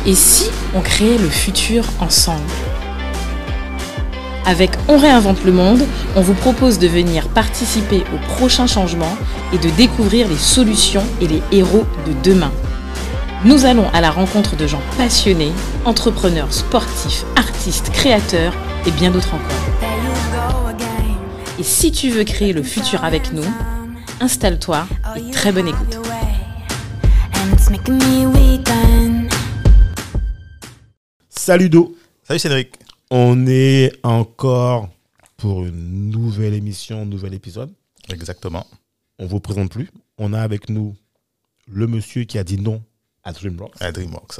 Et si on créait le futur ensemble ? Avec On réinvente le monde, on vous propose de venir participer aux prochains changements et de découvrir les solutions et les héros de demain. Nous allons à la rencontre de gens passionnés, entrepreneurs, sportifs, artistes, créateurs et bien d'autres encore. Et si tu veux créer le futur avec nous, installe-toi et très bonne écoute. Salut Do. Salut Cédric. On est encore pour une nouvelle émission, un nouvel épisode. Exactement. On ne vous présente plus. On a avec nous le monsieur qui a dit non à DreamWorks. DreamWorks.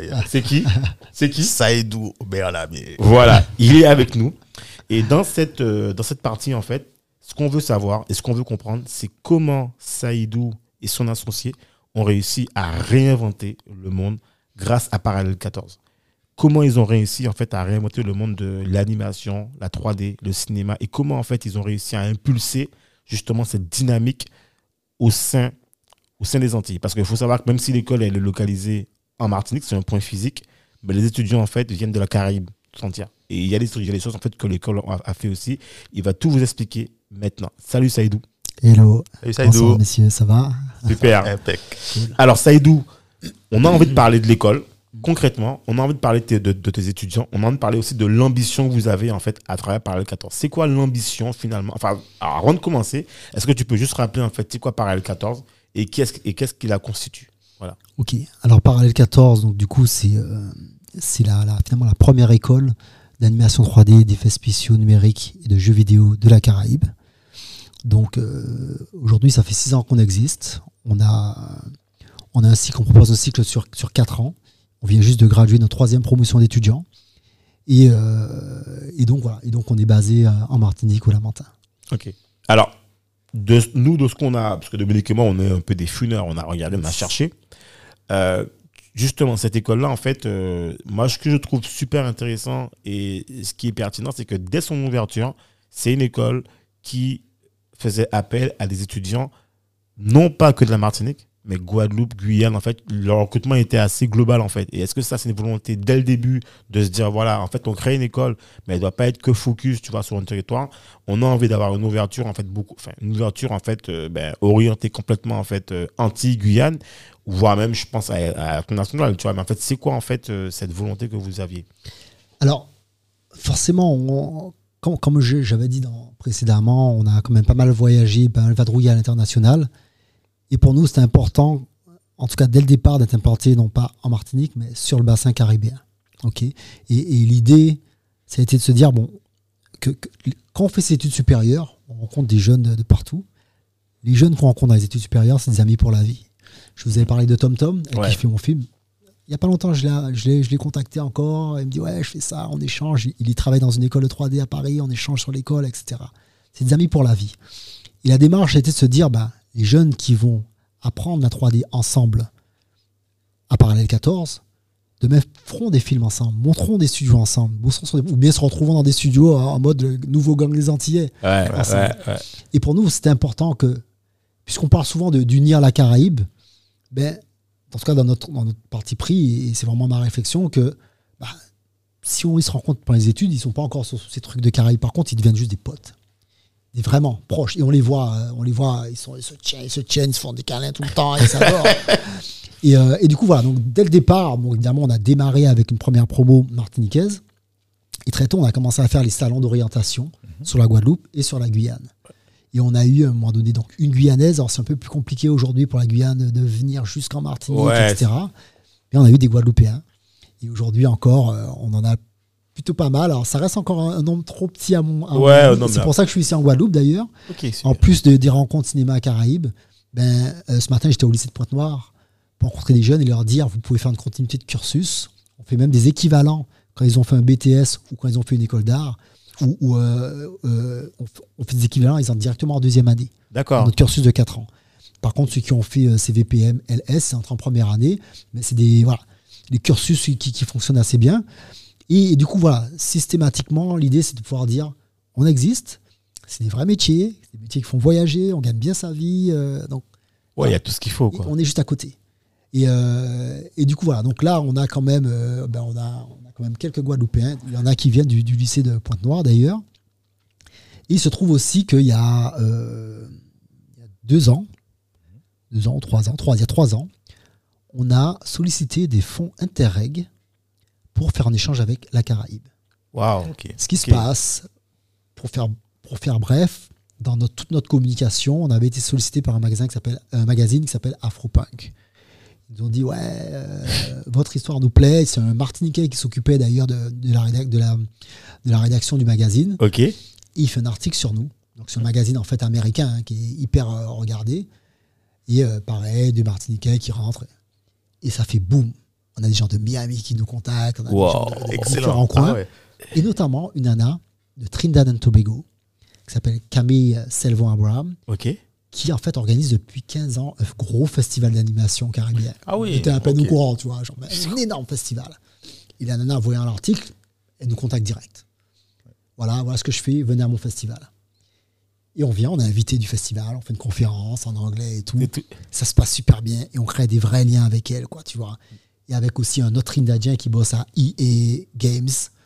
C'est qui Saïdou Berlami. Voilà, il est avec nous. Et dans cette partie, en fait, ce qu'on veut savoir et ce qu'on veut comprendre, c'est comment Saïdou et son associé ont réussi à réinventer le monde grâce à Parallèle 14. Comment ils ont réussi en fait à réinventer le monde de l'animation, la 3D, le cinéma, et comment en fait ils ont réussi à impulser justement cette dynamique au sein des Antilles. Parce qu'il faut savoir que même si l'école elle est localisée en Martinique, c'est un point physique, mais les étudiants en fait viennent de la Caraïbe tout entière. Et il y a des choses en fait que l'école a fait aussi. Il va tout vous expliquer maintenant. Salut Saïdou. Hello. Salut Saïdou. Bonsoir messieurs, ça va ? Super. Impec. Cool. Alors Saïdou, on a envie de parler de l'école. Concrètement, on a envie de parler de tes étudiants. On a envie de parler aussi de l'ambition que vous avez en fait à travers Parallèle 14. C'est quoi l'ambition finalement ? Enfin, alors, avant de commencer, est-ce que tu peux juste rappeler en fait c'est quoi Parallèle 14 et qu'est-ce qui la constitue ? Voilà. Ok. Alors Parallèle 14, donc du coup c'est finalement la première école d'animation 3D, d'effets spéciaux numériques et de jeux vidéo de la Caraïbe. Donc aujourd'hui, ça fait 6 ans qu'on existe. On a un cycle, on propose un cycle sur 4 ans. On vient juste de graduer notre 3e promotion d'étudiants. Et donc, voilà. Et donc, on est basé en Martinique, au Lamentin. Ok. Alors, de ce qu'on a, parce que Dominique et moi, on est un peu des funeurs, on a regardé, on a cherché. Justement, cette école-là, en fait, moi, ce que je trouve super intéressant et ce qui est pertinent, c'est que dès son ouverture, c'est une école qui faisait appel à des étudiants, non pas que de la Martinique, mais Guadeloupe, Guyane, en fait, leur recrutement était assez global, en fait. Et est-ce que ça, c'est une volonté dès le début de se dire, voilà, en fait, on crée une école, mais elle ne doit pas être que focus, tu vois, sur un territoire. On a envie d'avoir une ouverture, en fait, orientée complètement, en fait, anti-Guyane, voire même, je pense, à l'international, tu vois. Mais en fait, c'est quoi, en fait, cette volonté que vous aviez ? Alors, forcément, comme j'avais dit précédemment, on a quand même pas mal voyagé, pas mal vadrouillé à l'international. Et pour nous, c'était important, en tout cas dès le départ, d'être implanté non pas en Martinique, mais sur le bassin caribéen. Okay. Et l'idée, ça a été de se dire, que quand on fait ses études supérieures, on rencontre des jeunes de partout. Les jeunes qu'on rencontre dans les études supérieures, c'est des amis pour la vie. Je vous avais parlé de Tom, avec qui je fais mon film. Il n'y a pas longtemps, je l'ai contacté encore. Il me dit, ouais, je fais ça, on échange. Il y travaille dans une école de 3D à Paris, on échange sur l'école, etc. C'est des amis pour la vie. Et la démarche a été de se dire, les jeunes qui vont apprendre la 3D ensemble à Parallèle 14, demain feront des films ensemble, monteront des studios ensemble, ou bien se retrouveront dans des studios en mode le nouveau gang des Antillais. Ouais. Et pour nous, c'était important que, puisqu'on parle souvent d'unir la Caraïbe, en tout cas dans notre parti pris, et c'est vraiment ma réflexion, que si ils se rencontrent pendant les études, ils ne sont pas encore sur ces trucs de Caraïbes. Par contre, ils deviennent juste des potes. Vraiment proches, et on les voit, ils se tiennent, ils se font des câlins tout le temps, ils s'adorent. et du coup voilà, donc dès le départ, évidemment on a démarré avec une première promo martiniquaise, et très tôt on a commencé à faire les salons d'orientation sur la Guadeloupe et sur la Guyane. Et on a eu à un moment donné donc une Guyanaise. Alors c'est un peu plus compliqué aujourd'hui pour la Guyane de venir jusqu'en Martinique, etc. Mais on a eu des Guadeloupéens, et aujourd'hui encore on en a plutôt pas mal. Alors ça reste encore un nombre trop petit à mon c'est pour ça que je suis ici en Guadeloupe d'ailleurs. Okay, en plus des rencontres cinéma Caraïbes, ce matin j'étais au lycée de Pointe-Noire pour rencontrer des jeunes et leur dire, vous pouvez faire une continuité de cursus. On fait même des équivalents quand ils ont fait un BTS ou quand ils ont fait une école d'art, où on fait des équivalents, ils entrent directement en 2e année. D'accord. Dans notre cursus de 4 ans. Par contre, ceux qui ont fait CVPM, LS, c'est entre en première année, mais c'est des cursus qui fonctionnent assez bien. Et du coup, voilà, systématiquement, l'idée, c'est de pouvoir dire, on existe, c'est des vrais métiers, c'est des métiers qui font voyager, on gagne bien sa vie. Donc, il y a tout ce qu'il faut, quoi. On est juste à côté. Et du coup, voilà. Donc là, on a quand même, on a quand même quelques Guadeloupéens. Il y en a qui viennent du lycée de Pointe-Noire, d'ailleurs. Et il se trouve aussi qu'il y a 2 ans, il y a 3 ans, on a sollicité des fonds Interreg pour faire un échange avec la Caraïbe. Waouh. Ok. Ce qui se passe, pour faire bref, dans toute notre communication, on avait été sollicité par un magazine qui s'appelle Afropunk. Ils nous ont dit votre histoire nous plaît. C'est un Martiniquais qui s'occupait d'ailleurs de la rédaction du magazine. Ok. Et il fait un article sur nous. Donc c'est un magazine en fait américain qui est hyper regardé. Et pareil, des Martiniquais qui rentrent. Et ça fait boum. On a des gens de Miami qui nous contactent. On a des gens de différents coins. Ah ouais. Et notamment une nana de Trinidad and Tobago qui s'appelle Camille Selvon-Abraham, Ok. qui en fait organise depuis 15 ans un gros festival d'animation caribéen. Ah oui. J'étais à peine ok. au courant, tu vois, genre un énorme festival. Et la nana, voyant l'article, elle nous contacte direct. Voilà ce que je fais, venez à mon festival. Et on vient, on est invité du festival, on fait une conférence en anglais et tout. Ça se passe super bien et on crée des vrais liens avec elle, quoi, tu vois. Et avec aussi un autre Trinidadien qui bosse à EA Games.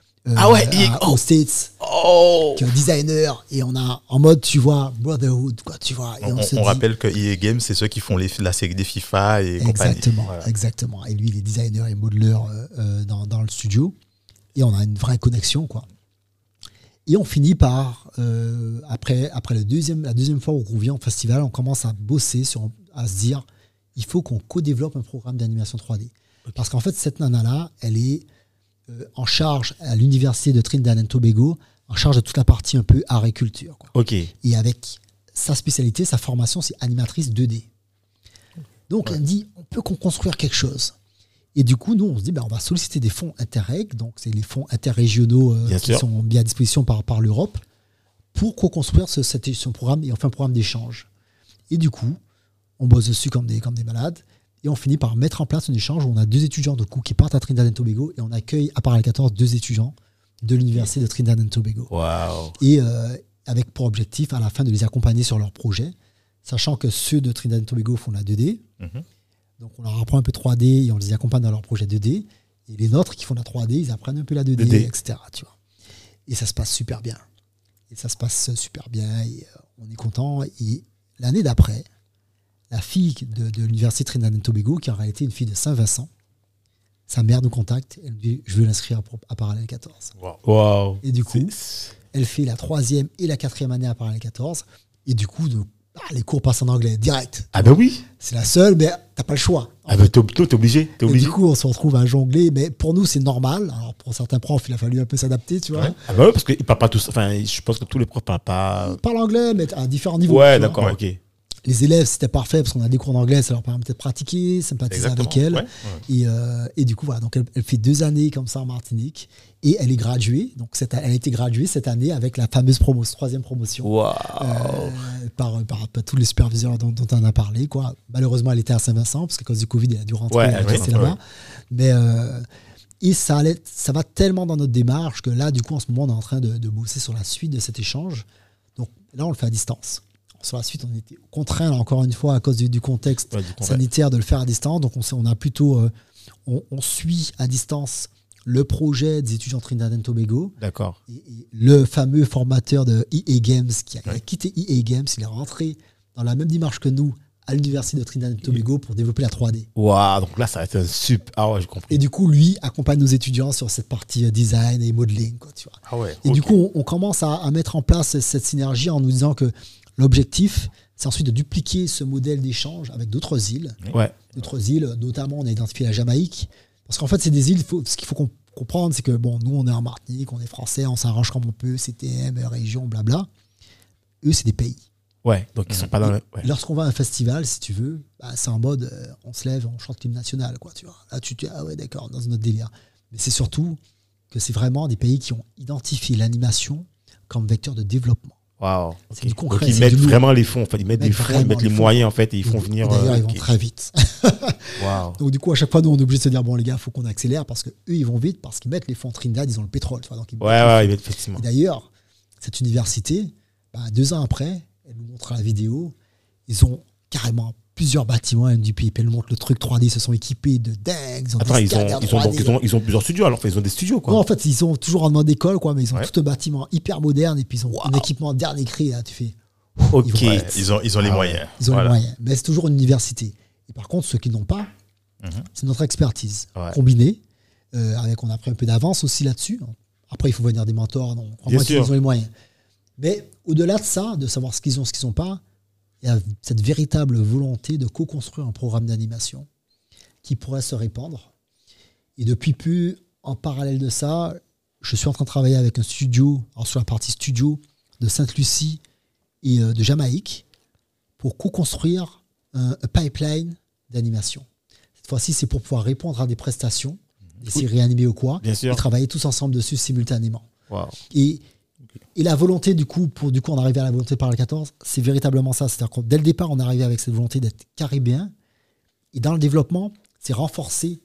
Aux States, qui est un designer, et on a en mode, tu vois, brotherhood, quoi, tu vois. Et On rappelle que EA Games, c'est ceux qui font la série des FIFA et compagnie. Exactement. Et lui, il est designer et modeler dans le studio. Et on a une vraie connexion, quoi. Et on finit par, après la deuxième fois où on vient au festival, on commence à bosser, à se dire, il faut qu'on co-développe un programme d'animation 3D. Parce qu'en fait, cette nana-là, elle est en charge à l'université de Trinidad and Tobago, en charge de toute la partie un peu art et culture, quoi. Ok. Et avec sa spécialité, sa formation, c'est animatrice 2D. Donc, elle me dit, on peut construire quelque chose. Et du coup, nous, on se dit, on va solliciter des fonds Interreg, donc c'est les fonds interrégionaux qui sont mis à disposition par l'Europe, pour co-construire ce programme, et on fait un programme d'échange. Et du coup, on bosse dessus comme des malades. Et on finit par mettre en place un échange où on a 2 étudiants de coup qui partent à Trinidad and Tobago et on accueille à Parallèle 14 2 étudiants de l'université de Trinidad and Tobago. Waouh. Et avec pour objectif à la fin de les accompagner sur leur projet, sachant que ceux de Trinidad and Tobago font la 2D. Donc on leur apprend un peu 3D et on les accompagne dans leur projet 2D. Et les nôtres qui font la 3D, ils apprennent un peu la 2D, etc. Tu vois. Et ça se passe super bien. Et on est content. Et l'année d'après, la fille de l'université Trinidad and Tobago, qui en réalité est une fille de Saint-Vincent, sa mère nous contacte, elle nous dit je veux l'inscrire à Parallèle 14. Wow. Et du coup, elle fait la 3e et la 4e année à Parallèle 14. Et du coup, les cours passent en anglais direct. Ah ben oui. C'est la seule, mais t'as pas le choix. Ah ben t'es obligé. Et du coup, on se retrouve à jongler. Mais pour nous, c'est normal. Alors pour certains profs, il a fallu un peu s'adapter, tu vois. Ouais. Ah ben oui, parce qu'ils parlent pas tous. Enfin, je pense que tous les profs parlent pas. Ils parlent anglais, mais à différents niveaux. Ouais, d'accord, ok. Les élèves, c'était parfait parce qu'on a des cours d'anglais, ça leur permettait de pratiquer, sympathiser avec elle. Ouais. Et du coup, voilà, donc elle fait 2 années comme ça en Martinique et elle est graduée. Donc elle a été graduée cette année avec la fameuse 3e promotion. Wow. Par tous les superviseurs dont on a parlé, quoi. Malheureusement, elle était à Saint-Vincent parce qu'à cause du Covid, elle a dû rentrer et rester là-bas. Mais et ça va tellement dans notre démarche que là, du coup, en ce moment, on est en train de bosser sur la suite de cet échange. Donc là, on le fait à distance. Sur la suite, on était contraints, encore une fois, à cause du contexte sanitaire, de le faire à distance. Donc, on a plutôt... on suit à distance le projet des étudiants Trinidad and Tobago. D'accord. Et le fameux formateur de EA Games qui a quitté EA Games, il est rentré dans la même démarche que nous à l'université de Trinidad and Tobago pour développer la 3D. Waouh, donc là, ça va être un super... Ah ouais, j'ai compris. Et du coup, lui accompagne nos étudiants sur cette partie design et modeling, quoi, tu vois. Ah ouais, et du coup, on commence à mettre en place cette synergie en nous disant que l'objectif, c'est ensuite de dupliquer ce modèle d'échange avec d'autres îles. Ouais. D'autres îles, notamment, on a identifié la Jamaïque. Parce qu'en fait, c'est des îles, ce qu'il faut comprendre, c'est que, bon, nous, on est en Martinique, on est français, on s'arrange comme on peut, CTM, région, blabla. Eux, c'est des pays. Ouais, donc ils sont pas dans le... Ouais. Lorsqu'on va à un festival, si tu veux, c'est en mode, on se lève, on chante l'hymne national, quoi, tu vois. Là, tu te dis, ah ouais, d'accord, dans notre délire. Mais c'est surtout que c'est vraiment des pays qui ont identifié l'animation comme vecteur de développement. Waouh. C'est du concret. Donc ils mettent vraiment les fonds, en fait. Ils mettent des fonds, ils mettent les moyens, en fait, et ils font venir... D'ailleurs, ils vont très vite. Waouh. Donc du coup, à chaque fois, nous, on est obligé de se dire, bon, les gars, il faut qu'on accélère parce qu'eux, ils vont vite, parce qu'ils mettent les fonds Trinidad, ils ont le pétrole. Tu vois, donc ils ils mettent effectivement. Et d'ailleurs, cette université, 2 ans après, elle nous montre la vidéo, ils ont carrément plusieurs bâtiments NDP. Puis elle montre le truc 3D, ils se sont équipés de dingue. Attends, ils ont plusieurs studios, alors ils ont des studios, quoi. Non, en fait, ils sont toujours en mode école, quoi, mais ils ont tout un bâtiment hyper moderne et puis ils ont un équipement dernier cri, là, tu fais. Ok. Ils ont les moyens. Ils ont les moyens. Mais c'est toujours une université. Et par contre, ceux qui n'ont pas, c'est notre expertise combinée. Avec, on a pris un peu d'avance aussi là-dessus. Après, il faut venir des mentors. Donc, ils ont les moyens. Mais au-delà de ça, de savoir ce qu'ils ont, ce qu'ils n'ont pas, il y a cette véritable volonté de co-construire un programme d'animation qui pourrait se répandre. Et depuis peu, en parallèle de ça, je suis en train de travailler avec un studio, alors sur la partie studio de Sainte-Lucie et de Jamaïque, pour co-construire un pipeline d'animation. Cette fois-ci, c'est pour pouvoir répondre à des prestations, des séries animées ou quoi, et travailler tous ensemble dessus simultanément. Wow. Et la volonté, du coup, on arrive à la volonté par le 14, c'est véritablement ça. C'est-à-dire que dès le départ, on est arrivé avec cette volonté d'être caribéen. Et dans le développement, c'est renforcer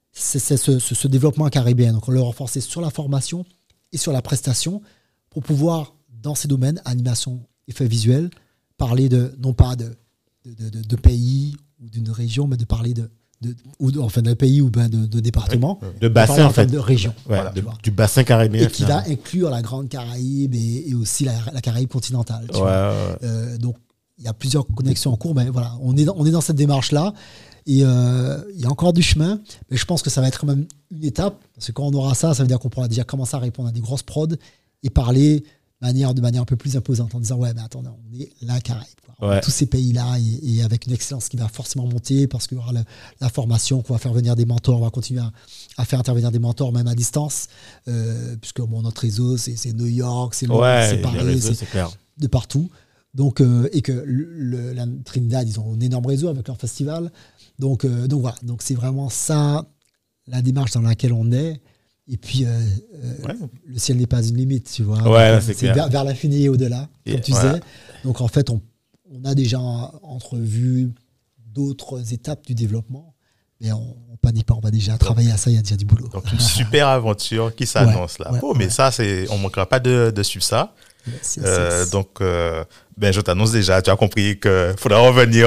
ce développement caribéen. Donc, on l'a renforcé sur la formation et sur la prestation pour pouvoir, dans ces domaines, animation, effets visuels, parler non pas de pays ou d'une région, mais de parler d'un pays ou de département. De bassin, en fait. De région. Ouais, voilà, du bassin caribéen. Et qui va inclure la Grande Caraïbe et aussi la Caraïbe continentale. Donc, il y a plusieurs connexions en cours, mais voilà, on est dans cette démarche-là. Et il y a encore du chemin, mais je pense que ça va être quand même une étape. Parce que quand on aura ça, ça veut dire qu'on pourra déjà commencer à répondre à des grosses prods et parler de manière un peu plus imposante en disant ouais, mais attendez, on est la Caraïbe. Tous ces pays-là et avec une excellence qui va forcément monter parce qu'il y aura la formation, qu'on va faire venir des mentors, on va continuer à faire intervenir des mentors même à distance, puisque notre réseau, c'est New York, c'est Londres, c'est Paris, c'est clair. De partout. Donc, et que la Trinidad, ils ont un énorme réseau avec leur festival. Donc voilà, donc c'est vraiment ça, la démarche dans laquelle on est. Et puis, le ciel n'est pas une limite, tu vois. C'est vers l'infini et au-delà, comme tu disais. Donc, en fait, on a déjà entrevu d'autres étapes du développement, mais on panique pas, on va déjà travailler à ça, il y a déjà du boulot. Donc, une super aventure qui s'annonce là. Mais ça, on ne manquera pas de suivre ça. Donc, je t'annonce déjà, tu as compris qu'il faudra revenir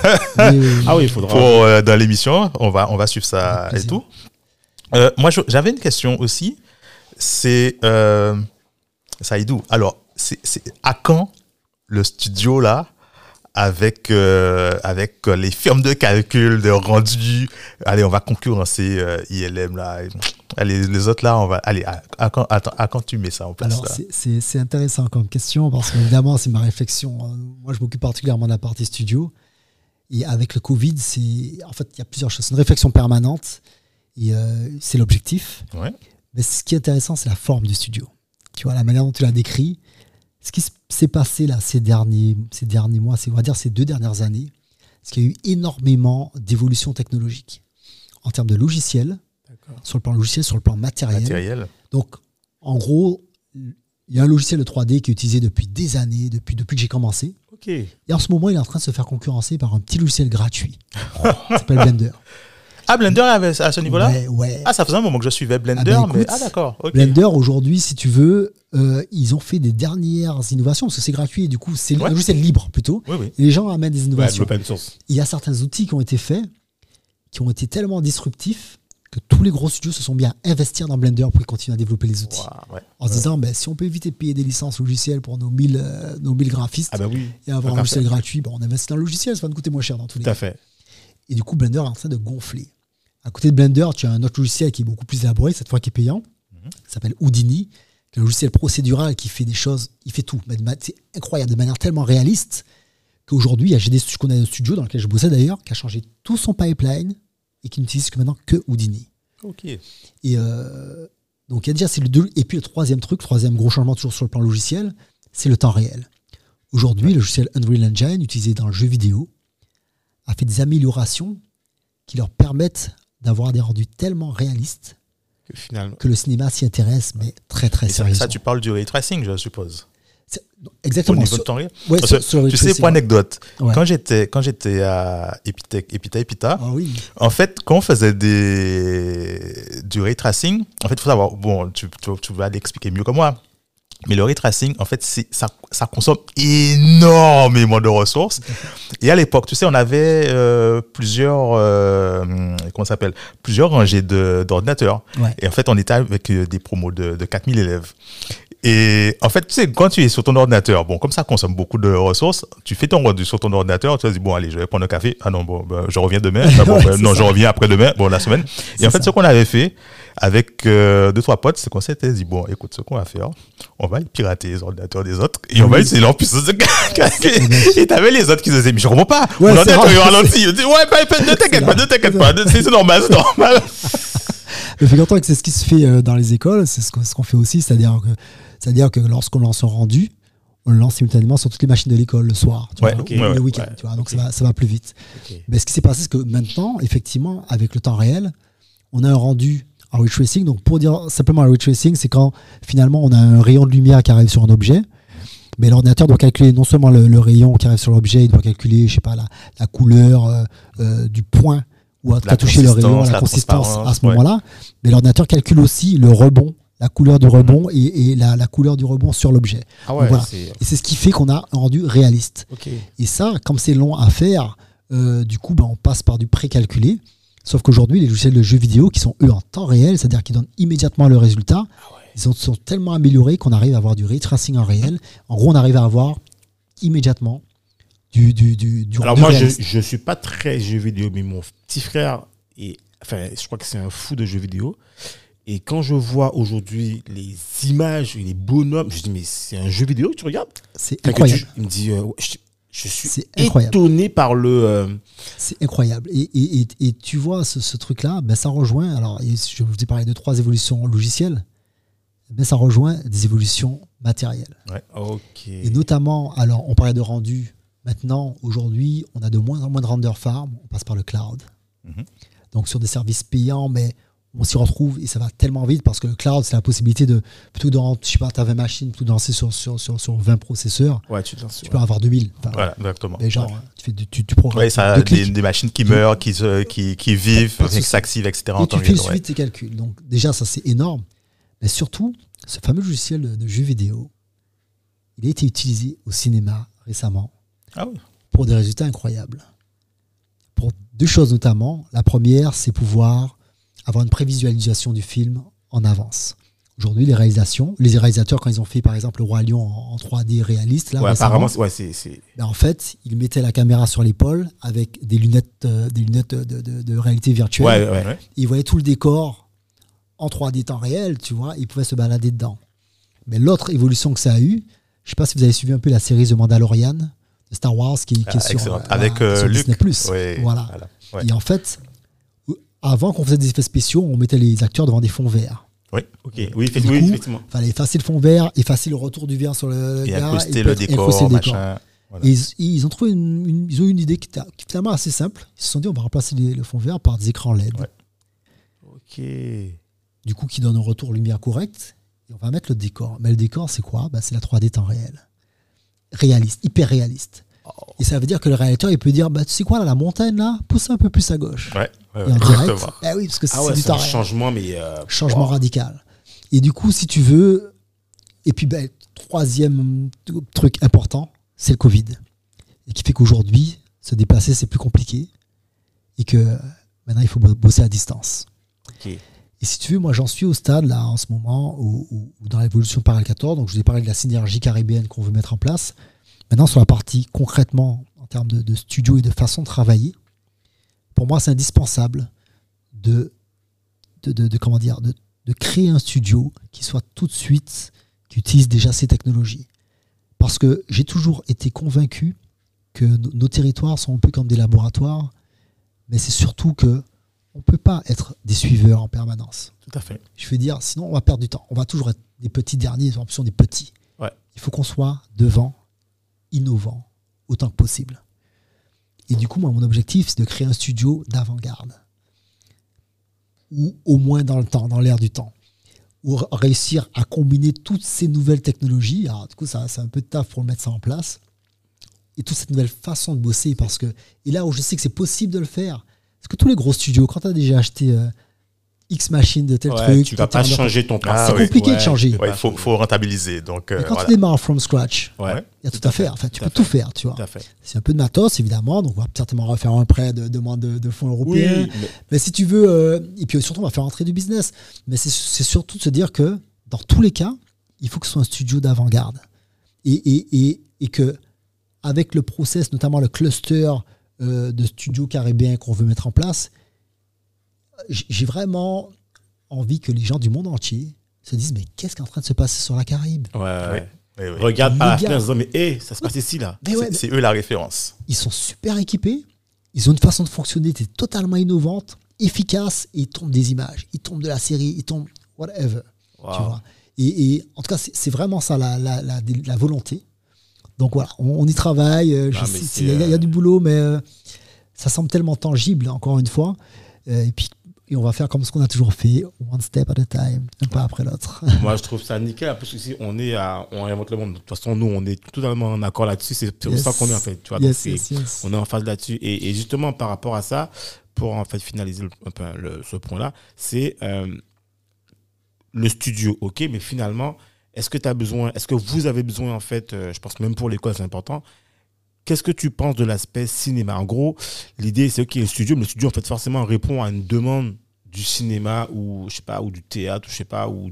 dans l'émission. On va suivre ça et tout. Moi, j'avais une question aussi. C'est Saïdou. Alors, c'est à quand le studio là avec les firmes de calcul, de rendu? Allez, on va concurrencer ILM là. Allez, les autres là, on va. Allez, à quand tu mets ça en place? Alors, c'est intéressant comme question parce qu'évidemment, c'est ma réflexion. Moi, je m'occupe particulièrement de la partie studio. Et avec le Covid, en fait, il y a plusieurs choses. C'est une réflexion permanente. Et c'est l'objectif. Ouais. Mais ce qui est intéressant, c'est la forme du studio. Tu vois, la manière dont tu l'as décrit. Ce qui s'est passé là ces derniers mois, on va dire ces 2 dernières années, c'est qu'il y a eu énormément d'évolutions technologiques en termes de logiciels, sur le plan logiciel, sur le plan matériel. Donc, en gros, il y a un logiciel de 3D qui est utilisé depuis des années, depuis que j'ai commencé. Okay. Et en ce moment, il est en train de se faire concurrencer par un petit logiciel gratuit. Ça s'appelle Blender. Ah, Blender à ce niveau-là? Ouais. Ah, ça faisait un moment que je suivais Blender, mais d'accord. Okay. Blender, aujourd'hui, si tu veux, ils ont fait des dernières innovations, parce que c'est gratuit, et du coup, c'est un logiciel libre, plutôt. Oui. Et les gens amènent des innovations. L'open source. Il y a certains outils qui ont été faits, qui ont été tellement disruptifs, que tous les gros studios se sont bien investis dans Blender pour continuer à développer les outils. En se disant, si on peut éviter de payer des licences logicielles pour nos 1000 graphistes, et avoir un logiciel gratuit, on investit dans le logiciel, ça va nous coûter moins cher dans tous les cas. Tout à fait. Et du coup, Blender est en train de gonfler. À côté de Blender, tu as un autre logiciel qui est beaucoup plus élaboré, cette fois qui est payant, qui s'appelle Houdini, qui est un logiciel procédural qui fait des choses, il fait tout. C'est incroyable, de manière tellement réaliste qu'aujourd'hui, je connais un studio dans lequel je bossais d'ailleurs, qui a changé tout son pipeline et qui n'utilise maintenant que Houdini. Ok. Et donc, il y a déjà ces deux. Et puis, le troisième gros changement toujours sur le plan logiciel, c'est le temps réel. Aujourd'hui, le logiciel Unreal Engine, utilisé dans le jeu vidéo, a fait des améliorations qui leur permettent d'avoir des rendus tellement réalistes que le cinéma s'y intéresse, mais très très sérieusement. Ça, tu parles du ray tracing, je suppose. Exactement. Au niveau de temps réel. Ouais, tu sais, pour anecdote, quand j'étais à Epita, en fait, quand on faisait du ray tracing, en fait, il faut savoir, bon, tu vas l'expliquer mieux que moi. Mais le ray tracing, en fait, ça consomme énormément de ressources. Et à l'époque, tu sais, on avait plusieurs rangées d'ordinateurs. Ouais. Et en fait, on était avec des promos de 4000 élèves. Et en fait, tu sais, quand tu es sur ton ordinateur, bon, comme ça consomme beaucoup de ressources, tu fais ton rendu sur ton ordinateur, tu te dis, bon, allez, je vais prendre un café. Ah non, bon, je reviens demain. Ah, bon, non, je reviens après-demain, bon, la semaine. Et en fait, ce qu'on avait fait avec 2-3 potes, c'est qu'on s'était dit, bon, écoute, ce qu'on va faire, on va pirater les ordinateurs des autres et on va utiliser leur puissance de calcul. Et t'avais les autres qui se disaient, mais je comprends pas. Mon ordinateur, il ralentit. Je dis, ouais, ne t'inquiète pas, c'est normal. Mais figure-toi que c'est ce qui se fait dans les écoles, c'est ce qu'on fait aussi, c'est-à-dire que lorsqu'on lance un rendu, on le lance simultanément sur toutes les machines de l'école le soir, tu vois, le week-end, tu vois, donc ça va plus vite. Okay. Mais ce qui s'est passé, c'est que maintenant, effectivement, avec le temps réel, on a un rendu en ray tracing. Donc pour dire simplement ray tracing, c'est quand finalement on a un rayon de lumière qui arrive sur un objet, mais l'ordinateur doit calculer non seulement le rayon qui arrive sur l'objet, il doit calculer, je sais pas, la couleur du point où a touché le rayon, la consistance à ce moment-là, mais l'ordinateur calcule aussi le rebond, la couleur du rebond et la couleur du rebond sur l'objet. Ah ouais, voilà. Et c'est ce qui fait qu'on a un rendu réaliste. Okay. Et ça, comme c'est long à faire, du coup, on passe par du précalculé. Sauf qu'aujourd'hui, les logiciels de jeux vidéo qui sont eux en temps réel, c'est-à-dire qui donnent immédiatement le résultat, ils sont tellement améliorés qu'on arrive à avoir du ray tracing en réel. En gros, on arrive à avoir immédiatement du Alors moi, je suis pas très jeux vidéo, mais mon petit frère je crois que c'est un fou de jeux vidéo. Et quand je vois aujourd'hui les images, les bonhommes, je dis mais c'est un jeu vidéo que tu regardes? C'est incroyable. Il me dit je suis étonné par le. C'est incroyable. Et tu vois ce truc-là, ben ça rejoint. Alors je vous ai parlé de 3 évolutions logicielles. Ben ça rejoint des évolutions matérielles. Ouais. Ok. Et notamment, alors on parlait de rendu. Maintenant, aujourd'hui, on a de moins en moins de render farm. On passe par le cloud. Mm-hmm. Donc, sur des services payants, mais on s'y retrouve et ça va tellement vite parce que le cloud, c'est la possibilité de, plutôt que de, je sais pas, tu as 20 machines, plutôt de lancer sur 20 processeurs, tu peux en avoir 2000. Enfin, voilà, exactement. Mais genre, tu programmes. Oui, ça a des machines qui meurent, qui vivent, qui s'activent, etc. Et tu fais le suivi de tes calculs. Donc, déjà, ça, c'est énorme. Mais surtout, ce fameux logiciel de jeux vidéo, il a été utilisé au cinéma récemment. Ah oui. Pour des résultats incroyables. Pour 2 choses notamment. La première, c'est pouvoir avoir une prévisualisation du film en avance. Aujourd'hui, les réalisateurs, quand ils ont fait par exemple Le Roi Lion en 3D réaliste, là, apparemment, ben, en fait, ils mettaient la caméra sur l'épaule avec des lunettes de réalité virtuelle. Ouais. Ils voyaient tout le décor en 3D temps réel, tu vois, ils pouvaient se balader dedans. Mais l'autre évolution que ça a eu, je ne sais pas si vous avez suivi un peu la série The Mandalorian de Star Wars qui est sur, avec sur Luke. Disney+. Oui, voilà. Ouais. Et en fait, avant qu'on faisait des effets spéciaux, on mettait les acteurs devant des fonds verts. Oui, ok. Oui, effectivement. Il fallait effacer le fond vert, effacer le retour du vert sur le et gars. Et le décor, machin. Voilà. Et ils ont trouvé ils ont eu une idée qui est finalement assez simple. Ils se sont dit, on va remplacer le fond vert par des écrans LED. Ouais. Ok. Du coup, qui donne un retour lumière correct. Et on va mettre le décor. Mais le décor, c'est quoi? C'est la 3D temps réel. Réaliste, hyper réaliste. Et ça veut dire que le réalisateur, il peut dire, tu sais quoi, là, la montagne, là, pousse un peu plus à gauche. Ouais, et en direct, oui, parce que c'est du temps réel. Changement, mais... changement radical. Et du coup, si tu veux... Et puis, 3e truc important, c'est le Covid. Et qui fait qu'aujourd'hui, se déplacer, c'est plus compliqué. Et que maintenant, il faut bosser à distance. Okay. Et si tu veux, moi, j'en suis au stade, là, en ce moment, où dans l'évolution Parallel 14, donc je vous ai parlé de la synergie caribéenne qu'on veut mettre en place. Maintenant, sur la partie concrètement, en termes de studio et de façon de travailler, pour moi, c'est indispensable de créer un studio qui soit tout de suite, qui utilise déjà ces technologies. Parce que j'ai toujours été convaincu que nos territoires sont un peu comme des laboratoires, mais c'est surtout que on ne peut pas être des suiveurs en permanence. Tout à fait. Je veux dire, sinon on va perdre du temps. On va toujours être des petits derniers, en plus on est petits. Ouais. Il faut qu'on soit devant, innovant, autant que possible. Et du coup, moi, mon objectif, c'est de créer un studio d'avant-garde. Ou au moins dans le temps, dans l'air du temps. Ou réussir à combiner toutes ces nouvelles technologies. Alors, du coup, c'est un peu de taf pour mettre ça en place. Et toute cette nouvelle façon de bosser. Et là où je sais que c'est possible de le faire, parce que tous les gros studios, quand tu as déjà acheté X machines de tel Ouais, truc. tu vas pas changer ton Ah, C'est oui. compliqué de changer. Ouais, il faut rentabiliser. Donc, Mais quand voilà. tu démarres from scratch, Ouais, il y a tout à faire. Enfin, tu peux tout faire, tu vois. tout à fait. C'est un peu de matos, évidemment. Donc, on va certainement refaire un prêt de demande de fonds européens. Oui, Mais si tu veux, et puis surtout, on va faire entrer du business. Mais c'est surtout de se dire que dans tous les cas, il faut que ce soit un studio d'avant-garde. Et que, avec le process, notamment le cluster de studios caribéens qu'on veut mettre en place, j'ai vraiment envie que les gens du monde entier se disent mais qu'est-ce qui est en train de se passer sur la Caraïbe? Oui. Regarde par la Les gars. fenêtre en disant mais hey, ça se passe ici là. Mais ouais, C'est eux la référence. ils sont super équipés, ils ont une façon de fonctionner qui est totalement innovante, efficace, et ils tombent des images, ils tombent de la série, ils tombent whatever. Wow. Tu vois. Et en tout cas, c'est vraiment ça la volonté. Donc voilà, on y travaille. Non, mais Il y a du boulot, mais ça semble tellement tangible, encore une fois. Et puis, on va faire comme ce qu'on a toujours fait, one step at a time, un pas après l'autre. Moi, je trouve ça nickel. Parce que ici, on réinvente le monde. De toute façon, nous, on est totalement en accord là-dessus. C'est pour ça qu'on est en fait. Tu vois, Yes, donc yes. on est en phase là-dessus. Et justement, par rapport à ça, pour en fait finaliser ce point-là, c'est le studio, ok, mais finalement, est-ce que vous avez besoin, en fait, je pense même pour l'école, c'est important. Qu'est-ce que tu penses de l'aspect cinéma? En gros, l'idée, c'est qu'il y a le studio, mais le studio, en fait, forcément, répond à une demande du cinéma ou, je sais pas, ou du théâtre, ou, je sais pas, ou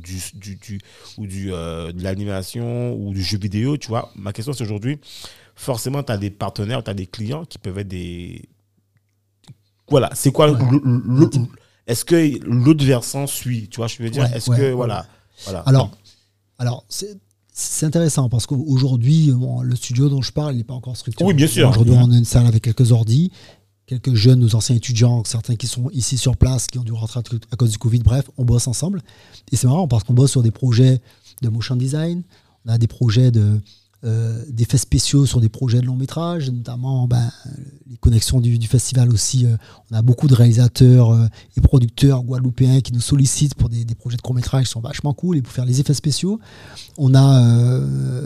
de l'animation ou du jeu vidéo, tu vois. Ma question, c'est aujourd'hui, forcément, tu as des partenaires, tu as des clients qui peuvent être des... Voilà, c'est quoi est-ce que l'autre versant suit, tu vois, je veux dire, est-ce que, voilà. Alors c'est intéressant parce qu'aujourd'hui, le studio dont je parle, il n'est pas encore structuré. Oui, bien sûr. Aujourd'hui, on a une salle avec quelques ordis, quelques jeunes, nos anciens étudiants, certains qui sont ici sur place, qui ont dû rentrer à cause du Covid. Bref, on bosse ensemble. Et c'est marrant parce qu'on bosse sur des projets de motion design, on a des projets d'effets spéciaux sur des projets de long métrage, notamment les connexions du festival aussi. On a beaucoup de réalisateurs et producteurs guadeloupéens qui nous sollicitent pour des projets de court métrage qui sont vachement cool et pour faire les effets spéciaux. On a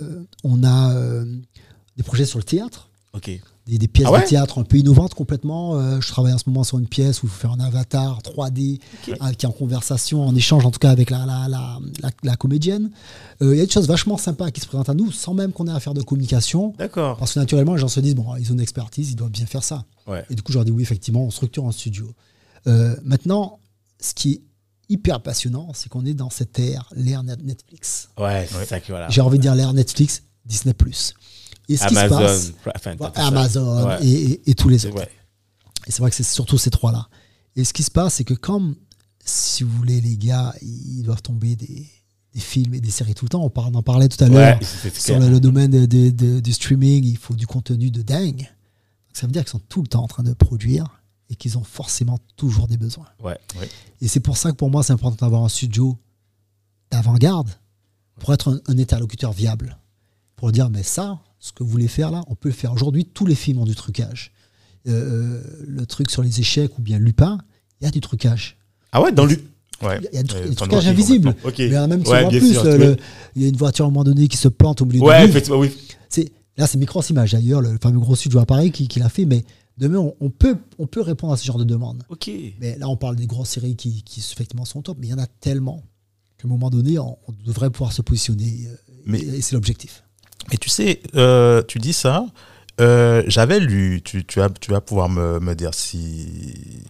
des projets sur le théâtre. Ok. Des pièces de théâtre un peu innovantes complètement. Je travaille en ce moment sur une pièce où il faut faire un avatar 3D qui est en conversation, en échange en tout cas avec la comédienne. Il y a des choses vachement sympas qui se présentent à nous sans même qu'on ait à faire de communication. D'accord. Parce que naturellement, les gens se disent, bon, ils ont une expertise, ils doivent bien faire ça. Ouais. Et du coup, je leur dis, oui, effectivement, on structure un studio. Maintenant, ce qui est hyper passionnant, c'est qu'on est dans cette l'ère Netflix. Ouais, c'est ça qui, voilà. J'ai envie de dire l'ère Netflix, Disney+. Et ce Amazon, qui se passe, Amazon et tous les autres. Ouais. Et c'est vrai que c'est surtout ces trois-là. Et ce qui se passe, c'est que comme, si vous voulez, les gars, ils doivent tomber des films et des séries tout le temps. On en parlait tout à l'heure sur le domaine du streaming. Il faut du contenu de dingue. Donc, ça veut dire qu'ils sont tout le temps en train de produire et qu'ils ont forcément toujours des besoins. Ouais. Et c'est pour ça que pour moi, c'est important d'avoir un studio d'avant-garde pour être un interlocuteur viable. Pour dire, mais ça, ce que vous voulez faire là, on peut le faire. Aujourd'hui, tous les films ont du trucage. Le truc sur les échecs ou bien Lupin, il y a du trucage. Ah ouais, dans Il y a du trucage invisible. Okay. Mais il y en a même qui se voit plus. Il y a une voiture à un moment donné qui se plante au milieu du livre. Effectivement, oui. Là, c'est Micros Images d'ailleurs, le fameux gros studio à Paris qui l'a fait. Mais demain, on peut répondre à ce genre de demande. Ok. Mais là, on parle des grosses séries qui effectivement sont top. Mais il y en a tellement qu'à un moment donné, on devrait pouvoir se positionner. Et c'est l'objectif. Mais tu sais, tu dis ça, j'avais lu, tu vas pouvoir me dire si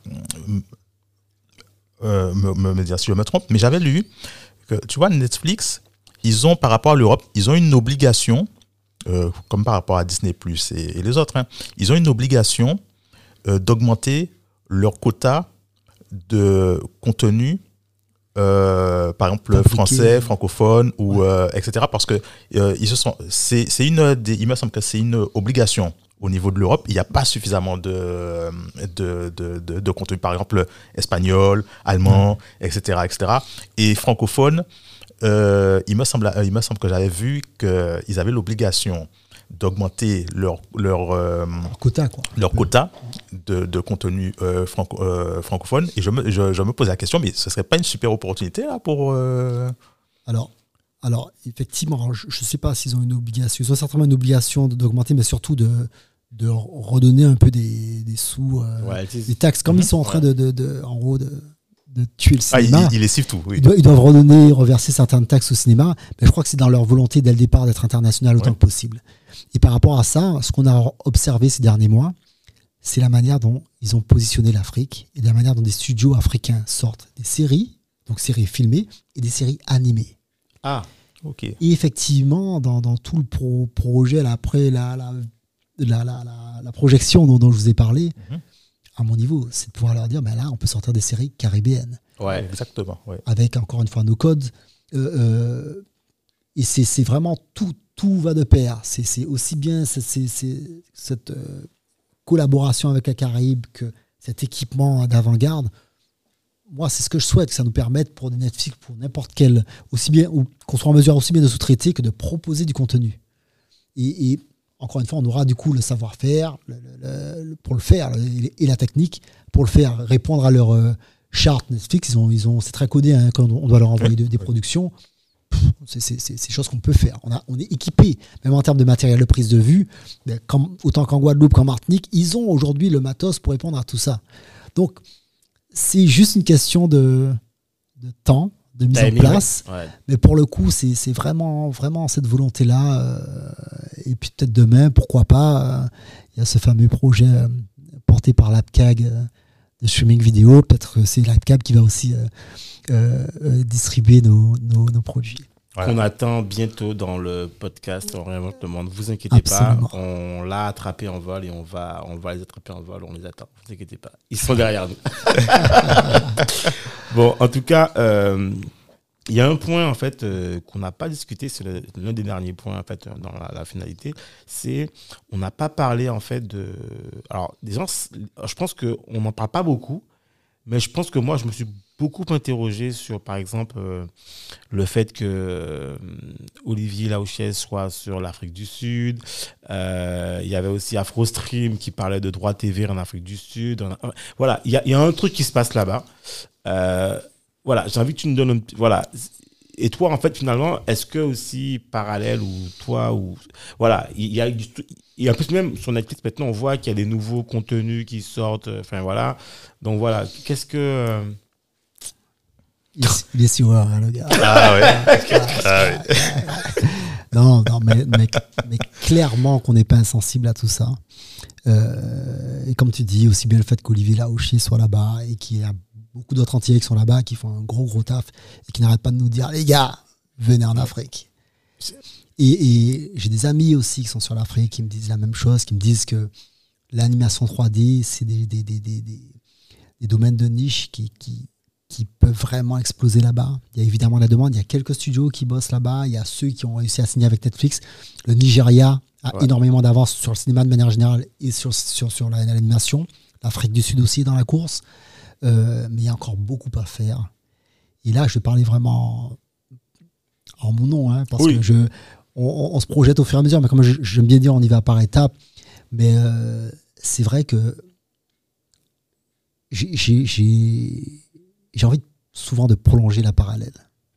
me dire si je me trompe, mais j'avais lu que, tu vois, Netflix, ils ont, par rapport à l'Europe, ils ont une obligation, comme par rapport à Disney+, et les autres, hein, ils ont une obligation d'augmenter leur quota de contenu par exemple français, francophone ou etc. Parce que il me semble que c'est une obligation au niveau de l'Europe. Il n'y a pas suffisamment de contenu, par exemple espagnol, allemand, etc. Et francophone, il me semble que j'avais vu qu'ils avaient l'obligation d'augmenter leur quota, quoi. Leur quota de contenu francophone. Et je me pose la question, mais ce ne serait pas une super opportunité là pour... Alors, effectivement, je ne sais pas s'ils ont une obligation. Ils ont certainement une obligation d'augmenter, mais surtout de redonner un peu des sous, des taxes. Comme ils sont en train en gros, tuer le cinéma. Ils lessivent tout, oui. Ils doivent reverser certaines taxes au cinéma, mais je crois que c'est dans leur volonté dès le départ d'être international autant que possible. Et par rapport à ça, ce qu'on a observé ces derniers mois, c'est la manière dont ils ont positionné l'Afrique et la manière dont des studios africains sortent des séries, donc séries filmées, et des séries animées. Ah, ok. Et effectivement, dans tout le projet, là, après la projection dont je vous ai parlé, à mon niveau, c'est de pouvoir leur dire, ben là, on peut sortir des séries caribéennes. Ouais, exactement. Ouais. Avec, encore une fois, nos codes. Et c'est vraiment tout va de pair. C'est aussi bien cette collaboration avec la Caraïbe que cet équipement d'avant-garde. Moi, c'est ce que je souhaite, que ça nous permette pour Netflix, pour n'importe quel, aussi bien, ou qu'on soit en mesure aussi bien de sous-traiter que de proposer du contenu. Et encore une fois, on aura du coup le savoir-faire pour le faire et la technique pour le faire, répondre à leur charte Netflix. C'est très codé quand on doit leur envoyer des productions. C'est des choses qu'on peut faire. On est équipé, même en termes de matériel de prise de vue, autant qu'en Guadeloupe qu'en Martinique, ils ont aujourd'hui le matos pour répondre à tout ça. Donc, c'est juste une question de temps, de mise en place. Ouais. Mais pour le coup, c'est vraiment cette volonté-là. Et puis peut-être demain, pourquoi pas, il y a ce fameux projet porté par l'APCAG de streaming vidéo. Peut-être que c'est l'APCAG qui va aussi distribuer nos produits. Qu'on attend bientôt dans le podcast On réinvente le monde. Ne vous inquiétez Absolument. Pas, on l'a attrapé en vol et on va les attraper en vol, on les attend. Ne vous inquiétez pas, ils sont derrière nous. Bon, en tout cas, il y a un point en fait qu'on n'a pas discuté, c'est l'un des derniers points en fait dans la finalité, c'est on n'a pas parlé en fait de. Alors, des gens, je pense qu'on n'en parle pas beaucoup, mais je pense que moi, je me suis beaucoup interrogé sur, par exemple, le fait que Olivier Laouchez soit sur l'Afrique du Sud. Il y avait aussi AfroStream qui parlait de droit TV en Afrique du Sud. Voilà, il y a un truc qui se passe là-bas. Voilà, j'ai envie que tu nous donnes un petit... Voilà. Et toi, en fait, finalement, est-ce que aussi, parallèle, ou toi, ou... Voilà, il y a en plus, même sur Netflix, maintenant, on voit qu'il y a des nouveaux contenus qui sortent. Enfin, voilà. Donc, voilà. Qu'est-ce que... Il est si ouais, hein, le gars. Ah ouais. Non, mais clairement qu'on n'est pas insensible à tout ça. Et comme tu dis, aussi bien le fait qu'Olivier Laouchez soit là-bas et qu'il y a beaucoup d'autres Antillais qui sont là-bas, qui font un gros taf et qui n'arrêtent pas de nous dire, les gars, venez en Afrique. Et j'ai des amis aussi qui sont sur l'Afrique qui me disent la même chose, qui me disent que l'animation 3D, c'est des domaines de niche qui peuvent vraiment exploser là-bas. Il y a évidemment la demande, il y a quelques studios qui bossent là-bas, il y a ceux qui ont réussi à signer avec Netflix. Le Nigeria a énormément d'avance sur le cinéma de manière générale et sur l'animation. L'Afrique du Sud aussi est dans la course. Mais il y a encore beaucoup à faire. Et là, je vais parler vraiment en mon nom, hein, parce que on se projette au fur et à mesure, mais comme j'aime bien dire, on y va par étapes. Mais c'est vrai que j'ai envie souvent de prolonger la parallèle.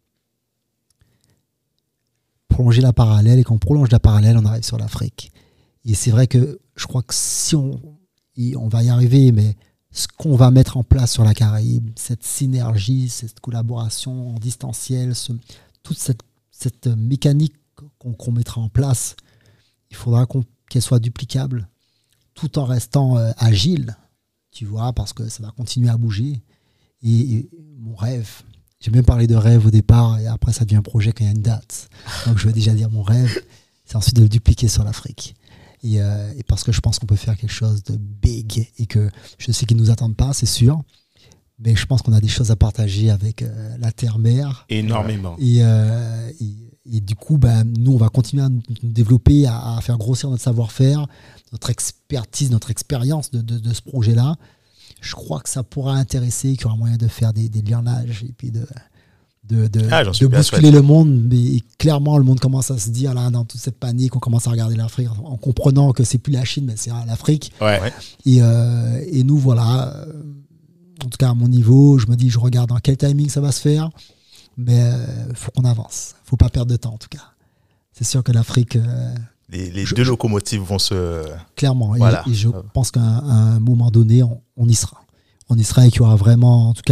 Prolonger la parallèle, et quand on prolonge la parallèle, on arrive sur l'Afrique. Et c'est vrai que je crois que si on va y arriver, mais ce qu'on va mettre en place sur la Caraïbe, cette synergie, cette collaboration en distanciel, toute cette mécanique qu'on mettra en place, il faudra qu'elle soit duplicable tout en restant agile, tu vois, parce que ça va continuer à bouger. Et mon rêve, j'ai même parlé de rêve au départ, et après ça devient un projet quand il y a une date. Donc je vais déjà dire mon rêve, c'est ensuite de le dupliquer sur l'Afrique. Et parce que je pense qu'on peut faire quelque chose de big, et que je sais qu'ils ne nous attendent pas, c'est sûr, mais je pense qu'on a des choses à partager avec la terre-mère. Énormément. Et du coup, nous, on va continuer à nous développer, à faire grossir notre savoir-faire, notre expertise, notre expérience de ce projet-là. Je crois que ça pourra intéresser, qu'il y aura moyen de faire des liernages et puis de bousculer le monde. Mais clairement, le monde commence à se dire, là, dans toute cette panique, on commence à regarder l'Afrique en comprenant que c'est plus la Chine, mais c'est l'Afrique. Ouais. Et nous, voilà, en tout cas à mon niveau, je me dis, je regarde dans quel timing ça va se faire, mais il faut qu'on avance. Il ne faut pas perdre de temps, en tout cas. C'est sûr que l'Afrique... Les deux locomotives vont se... Clairement. Voilà. Et je pense qu'à un moment donné, on y sera. On y sera, et qu'il y aura vraiment, en tout cas,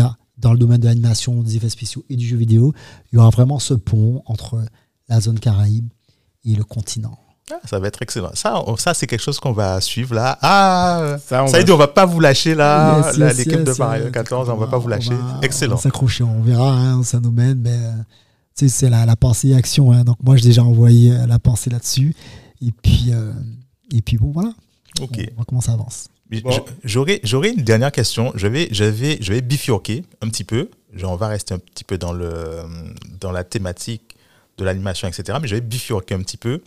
dans le domaine de l'animation, des effets spéciaux et du jeu vidéo, il y aura vraiment ce pont entre la zone Caraïbe et le continent. Ah, ça va être excellent. Ça c'est quelque chose qu'on va suivre là. Ah, ça va... dit, on va pas vous lâcher là. Yes, l'équipe de Mario 14, on va pas vous lâcher. Excellent. On va s'accrocher, on verra où ça nous mène. Mais c'est la pensée et action. Hein. Donc moi, j'ai déjà envoyé la pensée là-dessus. Et puis bon, voilà. Ok. On va comment ça avance. Bon. J'aurais une dernière question. Je vais bifurquer un petit peu. On va rester un petit peu dans la thématique de l'animation, etc. Mais je vais bifurquer un petit peu.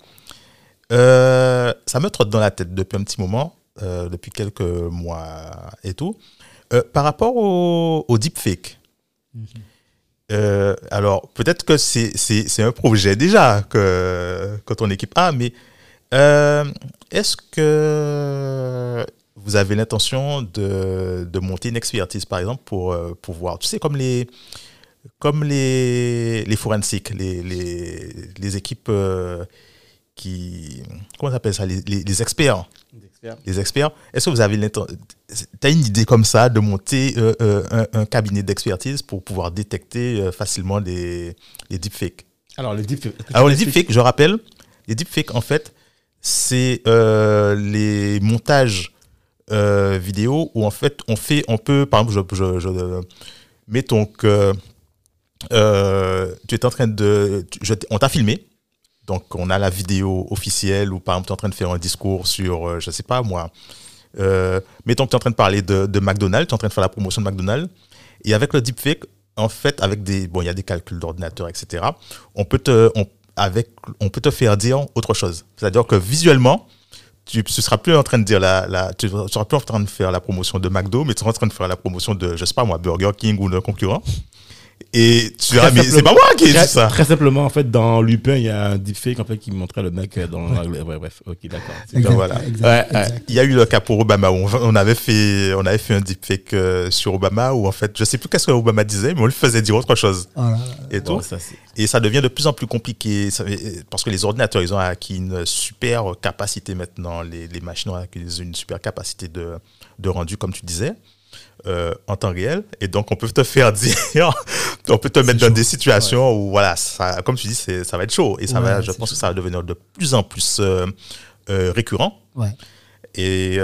Ça me trotte dans la tête depuis un petit moment, depuis quelques mois et tout, par rapport au deepfake. Alors, peut-être que c'est un projet déjà que ton équipe a, mais est-ce que vous avez l'intention de monter une expertise, par exemple, pour voir, tu sais, comme les forensics, les équipes comment ça s'appelle ça, les experts. Les experts. Est-ce que vous avez t'as une idée comme ça de monter un cabinet d'expertise pour pouvoir détecter facilement les deepfakes? Alors les deepfakes, je rappelle, les deepfakes en fait, c'est les montages vidéo où en fait on peut par exemple mettons que tu es en train on t'a filmé. Donc, on a la vidéo officielle où, par exemple, tu es en train de faire un discours sur, je ne sais pas moi, mettons que tu es en train de parler de McDonald's, tu es en train de faire la promotion de McDonald's. Et avec le deepfake, en fait, il y a des calculs d'ordinateur, etc., on peut te faire dire autre chose. C'est-à-dire que visuellement, tu ne seras plus en train de dire tu seras plus en train de faire la promotion de McDo, mais tu seras en train de faire la promotion de, je ne sais pas moi, Burger King ou d'un concurrent. Et tu diras, mais c'est pas moi qui ai dit ça. Très simplement, en fait, dans Lupin, il y a un deepfake en fait, qui montrait le mec dans l'anglais. Ouais, bref, ok, d'accord. Voilà. Il y a eu le cas pour Obama où on avait fait un deepfake sur Obama où en fait, je sais plus qu'est-ce que Obama disait, mais on lui faisait dire autre chose. Et tout. Et ça devient de plus en plus compliqué parce que les ordinateurs, ils ont acquis une super capacité maintenant. Les machines ont acquis une super capacité de rendu, comme tu disais. En temps réel, et donc on peut te faire dire, on peut te mettre dans des situations où voilà, ça, comme tu dis, ça va être chaud et je pense que ça va devenir de plus en plus récurrent. Et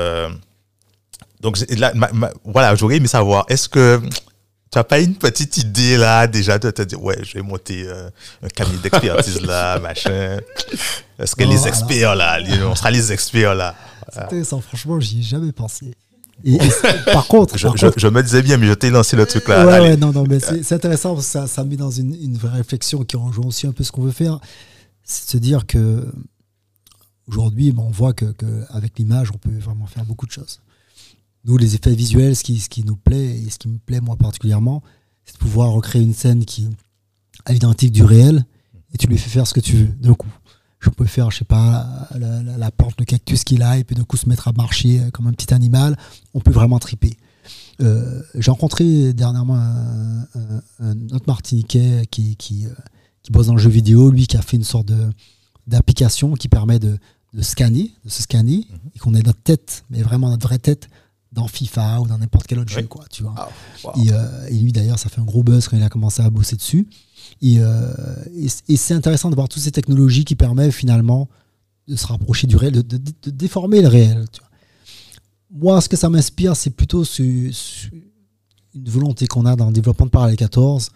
donc là, voilà, j'aurais aimé savoir, est-ce que tu n'as pas une petite idée là déjà de te dire ouais, je vais monter un cabinet d'expertise là, machin. Est-ce que les experts là, on sera les experts là. C'est intéressant, franchement, j'y ai jamais pensé. Et par contre, je me disais bien, mais je t'ai lancé le truc là. Non, mais c'est intéressant parce que ça met dans une vraie réflexion qui rejoint aussi un peu ce qu'on veut faire. C'est de se dire que aujourd'hui, on voit qu'avec l'image, on peut vraiment faire beaucoup de choses. Nous, les effets visuels, ce qui nous plaît et ce qui me plaît moi particulièrement, c'est de pouvoir recréer une scène qui est à l'identique du réel et tu lui fais faire ce que tu veux d'un coup. Je peux faire, je sais pas, la plante de cactus qu'il a et puis d'un coup se mettre à marcher comme un petit animal. On peut vraiment triper. J'ai rencontré dernièrement un autre Martiniquais qui bosse dans le jeu vidéo, lui qui a fait une sorte d'application qui permet de se scanner et qu'on ait notre tête, mais vraiment notre vraie tête, dans FIFA ou dans n'importe quel autre jeu, quoi, tu vois. Oh, wow. Et lui d'ailleurs, ça fait un gros buzz quand il a commencé à bosser dessus. Et c'est intéressant de voir toutes ces technologies qui permettent finalement de se rapprocher du réel, de déformer le réel. Tu vois. Moi, ce que ça m'inspire, c'est plutôt une volonté qu'on a dans le développement de Parallel 14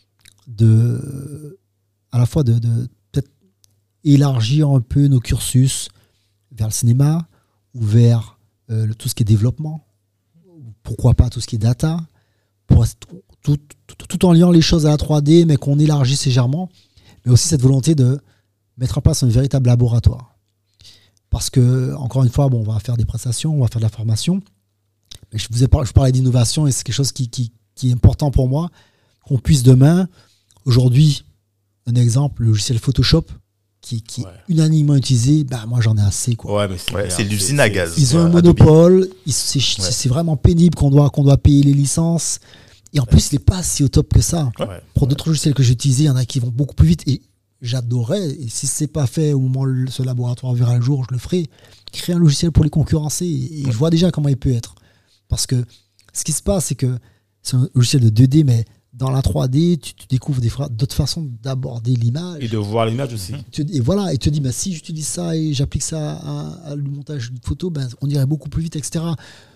à la fois de peut-être élargir un peu nos cursus vers le cinéma ou vers tout ce qui est développement. Pourquoi pas tout ce qui est data, tout en liant les choses à la 3D, mais qu'on élargisse légèrement, mais aussi cette volonté de mettre en place un véritable laboratoire. Parce que, encore une fois, on va faire des prestations, on va faire de la formation, mais je parlais d'innovation et c'est quelque chose qui est important pour moi, qu'on puisse demain, aujourd'hui, un exemple, le logiciel Photoshop, qui est unanimement utilisé, moi j'en ai assez. Quoi. C'est l'usine à gaz. Ils ont un monopole, c'est vraiment pénible qu'on doit payer les licences. Et en plus, il n'est pas si au top que ça. Pour d'autres logiciels que j'ai utilisés, il y en a qui vont beaucoup plus vite. Et j'adorerais, et si ce n'est pas fait au moment où ce laboratoire verra le jour, je le ferai, créer un logiciel pour les concurrencer. Et je vois déjà comment il peut être. Parce que ce qui se passe, c'est que c'est un logiciel de 2D, mais dans la 3D, tu découvres d'autres façons d'aborder l'image. Et de voir l'image aussi. Et voilà, et tu te dis, si j'utilise ça et j'applique ça à le montage d'une photo, on irait beaucoup plus vite, etc.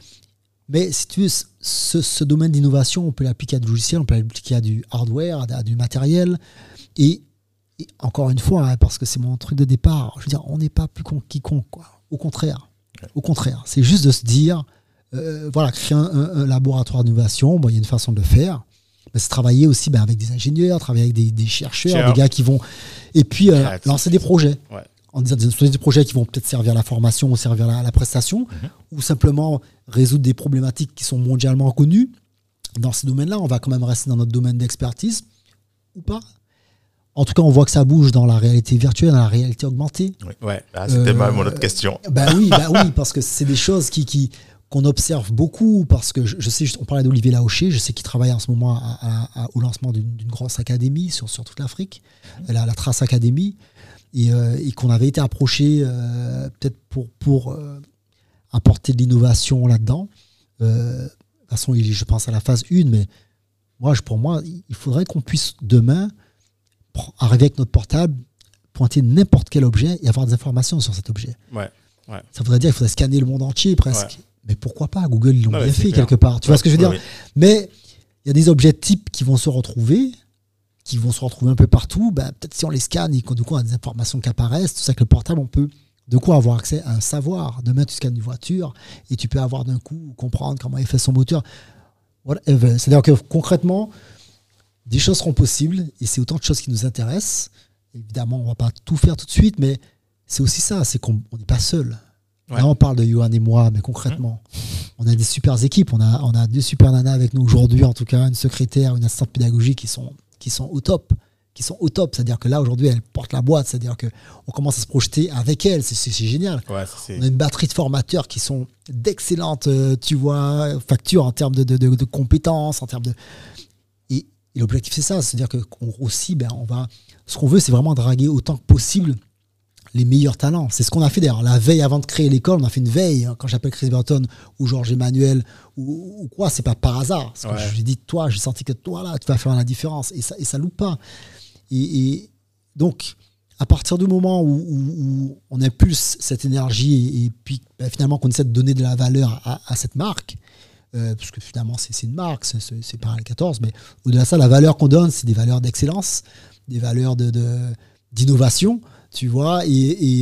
Mais si tu veux, ce domaine d'innovation, on peut l'appliquer à du logiciel, on peut l'appliquer à du hardware, à du matériel. Et encore une fois, parce que c'est mon truc de départ, je veux dire, on n'est pas plus con que quiconque, quoi. Au contraire. C'est juste de se dire, créer un laboratoire d'innovation, il y a une façon de le faire. Mais c'est travailler aussi avec des ingénieurs, travailler avec des chercheurs, des gars qui vont... Et puis, lancer des projets. Ouais. En disant des projets qui vont peut-être servir à la formation ou servir à la prestation, ou simplement résoudre des problématiques qui sont mondialement connues. Dans ces domaines-là, on va quand même rester dans notre domaine d'expertise, ou pas. En tout cas, on voit que ça bouge dans la réalité virtuelle, dans la réalité augmentée. Oui. Ouais. C'était mon autre question. Oui, parce que c'est des choses qu'on observe beaucoup, parce que je sais, on parlait d'Olivier Laoché, je sais qu'il travaille en ce moment au lancement d'une grosse académie sur toute l'Afrique, la Trace Academy, et qu'on avait été approché peut-être pour apporter de l'innovation là-dedans. De toute façon, je pense à la phase 1, mais pour moi, il faudrait qu'on puisse demain arriver avec notre portable, pointer n'importe quel objet et avoir des informations sur cet objet. Ouais. Ça voudrait dire qu'il faudrait scanner le monde entier presque. Ouais. Mais pourquoi pas? Google, ils l'ont bien fait quelque part. Tu vois ce que je veux dire? Mais il y a des objets types qui vont se retrouver un peu partout. Peut-être si on les scanne et qu'on a des informations qui apparaissent, tout ça avec le portable, on peut de quoi avoir accès à un savoir. Demain, tu scannes une voiture et tu peux avoir d'un coup comprendre comment il fait son moteur. Whatever. C'est-à-dire que concrètement, des choses seront possibles et c'est autant de choses qui nous intéressent. Évidemment, on ne va pas tout faire tout de suite, mais c'est aussi ça, c'est qu'on n'est pas seul. Ouais. Là, on parle de Johan et moi, mais concrètement, on a des super équipes. On a 2 super nanas avec nous aujourd'hui, en tout cas, une secrétaire, une assistante pédagogique qui sont au top. C'est-à-dire que là, aujourd'hui, elles portent la boîte. C'est-à-dire qu'on commence à se projeter avec elles. C'est génial. Ouais, on a une batterie de formateurs qui sont d'excellentes factures en termes de compétences, en termes de... Et l'objectif, c'est ça. C'est-à-dire qu'on grossit, ce qu'on veut, c'est vraiment draguer autant que possible les meilleurs talents. C'est ce qu'on a fait d'ailleurs. La veille avant de créer l'école, on a fait une veille. Quand j'appelle Chris Burton ou Georges Emmanuel ou quoi, c'est pas par hasard. Parce que je lui ai dit, toi, j'ai senti que toi, là, tu vas faire la différence. Et ça loupe pas. Et donc, à partir du moment où on impulse cette énergie et puis finalement qu'on essaie de donner de la valeur à cette marque, parce que finalement c'est une marque, c'est pas les 14, mais au-delà de ça, la valeur qu'on donne, c'est des valeurs d'excellence, des valeurs d'innovation, tu vois, et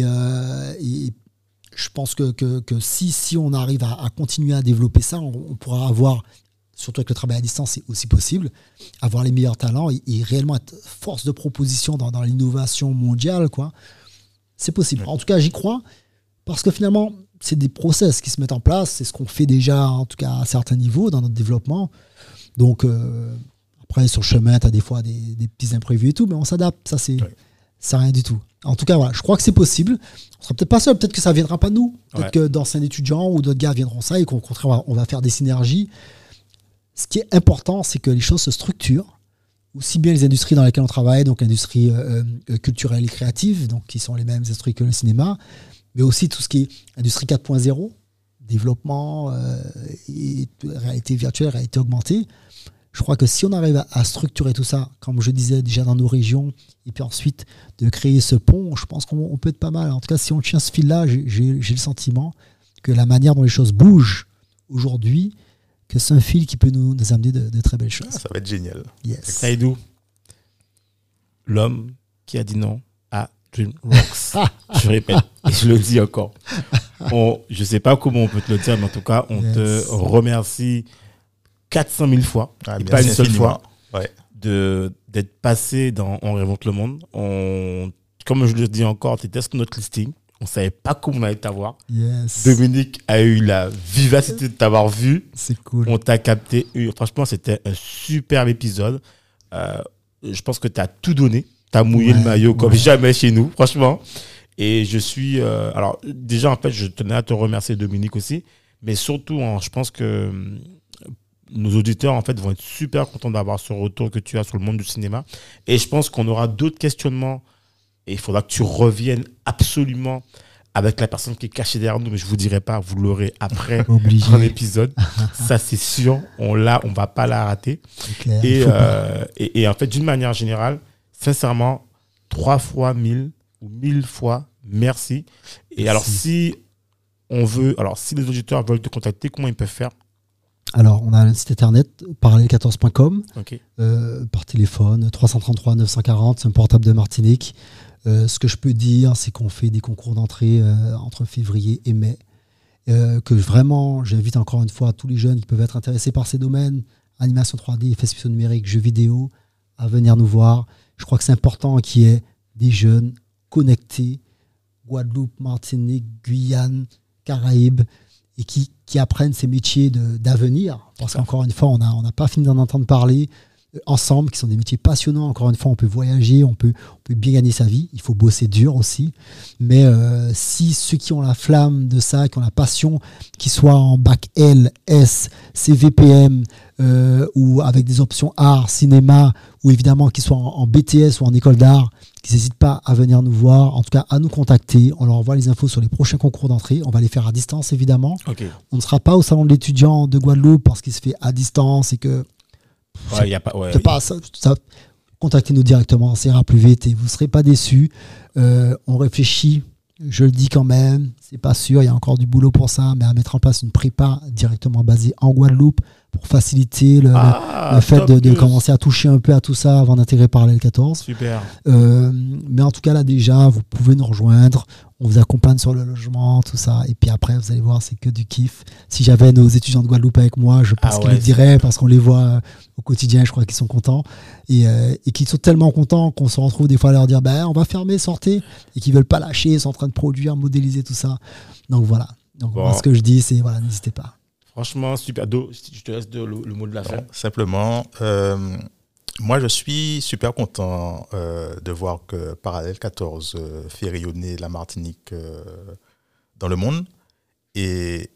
je pense que si on arrive à continuer à développer ça, on pourra avoir, surtout avec le travail à distance, c'est aussi possible, avoir les meilleurs talents et réellement être force de proposition dans l'innovation mondiale, quoi. C'est possible. En tout cas, j'y crois, parce que finalement, c'est des process qui se mettent en place, c'est ce qu'on fait déjà, en tout cas à certains niveaux dans notre développement. Donc, après, sur le chemin, tu as des fois des petits imprévus et tout, mais on s'adapte, ça c'est rien du tout. En tout cas, voilà, je crois que c'est possible. On sera peut-être pas seul, peut-être que ça viendra pas de nous. Peut-être que d'anciens étudiants ou d'autres gars viendront ça et qu'au contraire, on va faire des synergies. Ce qui est important, c'est que les choses se structurent, aussi bien les industries dans lesquelles on travaille, donc l'industrie culturelle et créative, donc qui sont les mêmes industries que le cinéma, mais aussi tout ce qui est industrie 4.0, développement, et réalité virtuelle, réalité augmentée. Je crois que si on arrive à structurer tout ça, comme je disais déjà dans nos régions, et puis ensuite de créer ce pont, je pense qu'on peut être pas mal. En tout cas, si on tient ce fil-là, j'ai le sentiment que la manière dont les choses bougent aujourd'hui, que c'est un fil qui peut nous amener de très belles choses. Ça va être génial. Yes. Saïdou, l'homme qui a dit non à DreamWorks. Je répète, et je le dis encore. Je ne sais pas comment on peut te le dire, mais en tout cas, on te remercie 400 000 fois, et pas une seule fois, d'être passé dans On Réinvente le Monde. Comme je le dis encore, tu étais sur notre listing. On ne savait pas comment on allait t'avoir. Yes. Dominique a eu la vivacité de t'avoir vu. C'est cool. On t'a capté. Franchement, c'était un superbe épisode. Je pense que tu as tout donné. Tu as mouillé le maillot comme jamais chez nous, franchement. Et je suis... alors, déjà, en fait, je tenais à te remercier, Dominique, aussi. Mais surtout, je pense que nos auditeurs, en fait, vont être super contents d'avoir ce retour que tu as sur le monde du cinéma. Et je pense qu'on aura d'autres questionnements. Et il faudra que tu reviennes absolument avec la personne qui est cachée derrière nous, mais je vous dirai pas, vous l'aurez après Obligé. un épisode. Ça, c'est sûr, on va pas la rater. C'est clair, Et en fait, d'une manière générale, sincèrement, 3 fois 1000 ou 1000 fois merci. Et Merci. alors si les auditeurs veulent te contacter, comment ils peuvent faire? Alors, on a un site internet, parallèle14.com, Ok. par téléphone, 333 940, c'est un portable de Martinique. Ce que je peux dire, c'est qu'on fait des concours d'entrée entre février et mai. Que vraiment, j'invite encore une fois tous les jeunes qui peuvent être intéressés par ces domaines, animation 3D, effets spéciaux numériques, jeux vidéo, à venir nous voir. Je crois que c'est important qu'il y ait des jeunes connectés, Guadeloupe, Martinique, Guyane, Caraïbes, et qui apprennent ces métiers d'avenir. Parce qu'encore une fois, on n'a pas fini d'en entendre parler ensemble, qui sont des métiers passionnants. Encore une fois, on peut voyager, on peut bien gagner sa vie. Il faut bosser dur aussi. Mais si ceux qui ont la flamme de ça, qui ont la passion, qui soient en bac L, S, CVPM, ou avec des options art, cinéma, ou évidemment qui soient en BTS ou en école d'art, qui n'hésitent pas à venir nous voir, en tout cas à nous contacter. On leur envoie les infos sur les prochains concours d'entrée. On va les faire à distance, évidemment. Ok. On ne sera pas au salon de l'étudiant de Guadeloupe parce qu'il se fait à distance et que Ouais, y a pas. Ouais, c'est pas ça. Contactez-nous directement, ça ira plus vite et vous ne serez pas déçus. On réfléchit, je le dis quand même, c'est pas sûr, il y a encore du boulot pour ça, mais à mettre en place une prépa directement basée en Guadeloupe pour faciliter le fait top de news. commencer à toucher un peu à tout ça avant d'intégrer Parallèle 14. Super. Mais en tout cas, là déjà, vous pouvez nous rejoindre. On vous accompagne sur le logement, tout ça. Et puis après, vous allez voir, c'est que du kiff. Si j'avais nos étudiants de Guadeloupe avec moi, je pense qu'ils le diraient parce qu'on les voit au quotidien. Je crois qu'ils sont contents. Et qu'ils sont tellement contents qu'on se retrouve des fois à leur dire on va fermer, sortez. Et qu'ils ne veulent pas lâcher, ils sont en train de produire, modéliser tout ça. Donc voilà. Donc, moi, ce que je dis, c'est n'hésitez pas. Franchement, super. Do, je te laisse le mot de la fin. Simplement, moi, je suis super content de voir que Parallèle 14 fait rayonner la Martinique dans le monde et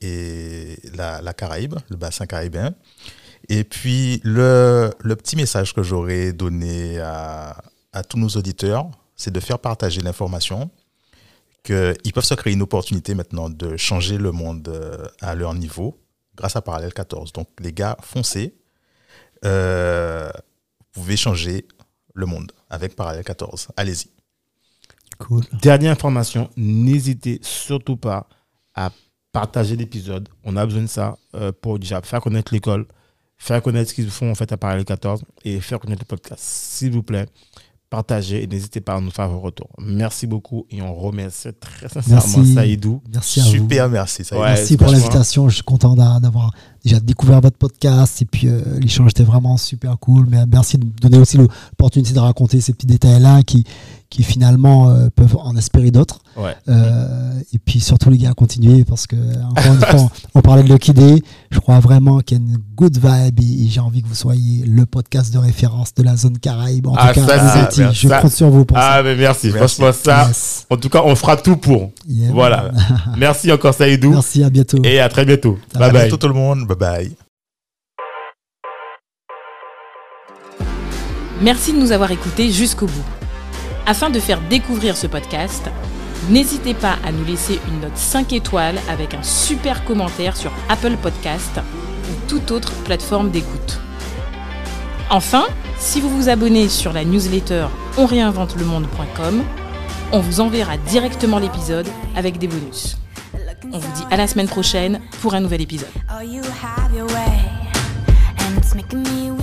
la Caraïbe, le bassin caribéen. Et puis, le petit message que j'aurais donné à tous nos auditeurs, c'est de faire partager l'information, qu'ils peuvent se créer une opportunité maintenant de changer le monde à leur niveau grâce à Parallèle 14. Donc, les gars, foncez. Vous pouvez changer le monde avec Parallèle 14. Allez-y. Cool. Dernière information, n'hésitez surtout pas à partager l'épisode. On a besoin de ça pour déjà faire connaître l'école, faire connaître ce qu'ils font en fait à Parallèle 14 et faire connaître le podcast. S'il vous plaît, partagez et n'hésitez pas à nous faire vos retours. Merci beaucoup et on remercie très sincèrement Saïdou. Merci à vous. Super, merci Saïdou. Ouais, merci pour l'invitation. Je suis content d'avoir déjà découvert votre podcast et puis l'échange était vraiment super cool. Mais merci de donner aussi l'opportunité de raconter ces petits détails-là qui finalement peuvent en espérer d'autres. Ouais. Et puis surtout les gars, continuez parce que encore une fois, on parlait de Lucky Day. Je crois vraiment qu'il y a une good vibe et j'ai envie que vous soyez le podcast de référence de la zone Caraïbe. En tout cas, je compte sur vous pour ça. Mais merci. Franchement, ça, yes. En tout cas, on fera tout pour. Yeah, voilà. Merci encore Saïdou. Merci, à bientôt. Et à très bientôt. Bye bye. À bientôt tout le monde. Bye bye. Merci de nous avoir écoutés jusqu'au bout. Afin de faire découvrir ce podcast, n'hésitez pas à nous laisser une note 5 étoiles avec un super commentaire sur Apple Podcast ou toute autre plateforme d'écoute. Enfin, si vous vous abonnez sur la newsletter onréinventelemonde.com, on vous enverra directement l'épisode avec des bonus. On vous dit à la semaine prochaine pour un nouvel épisode.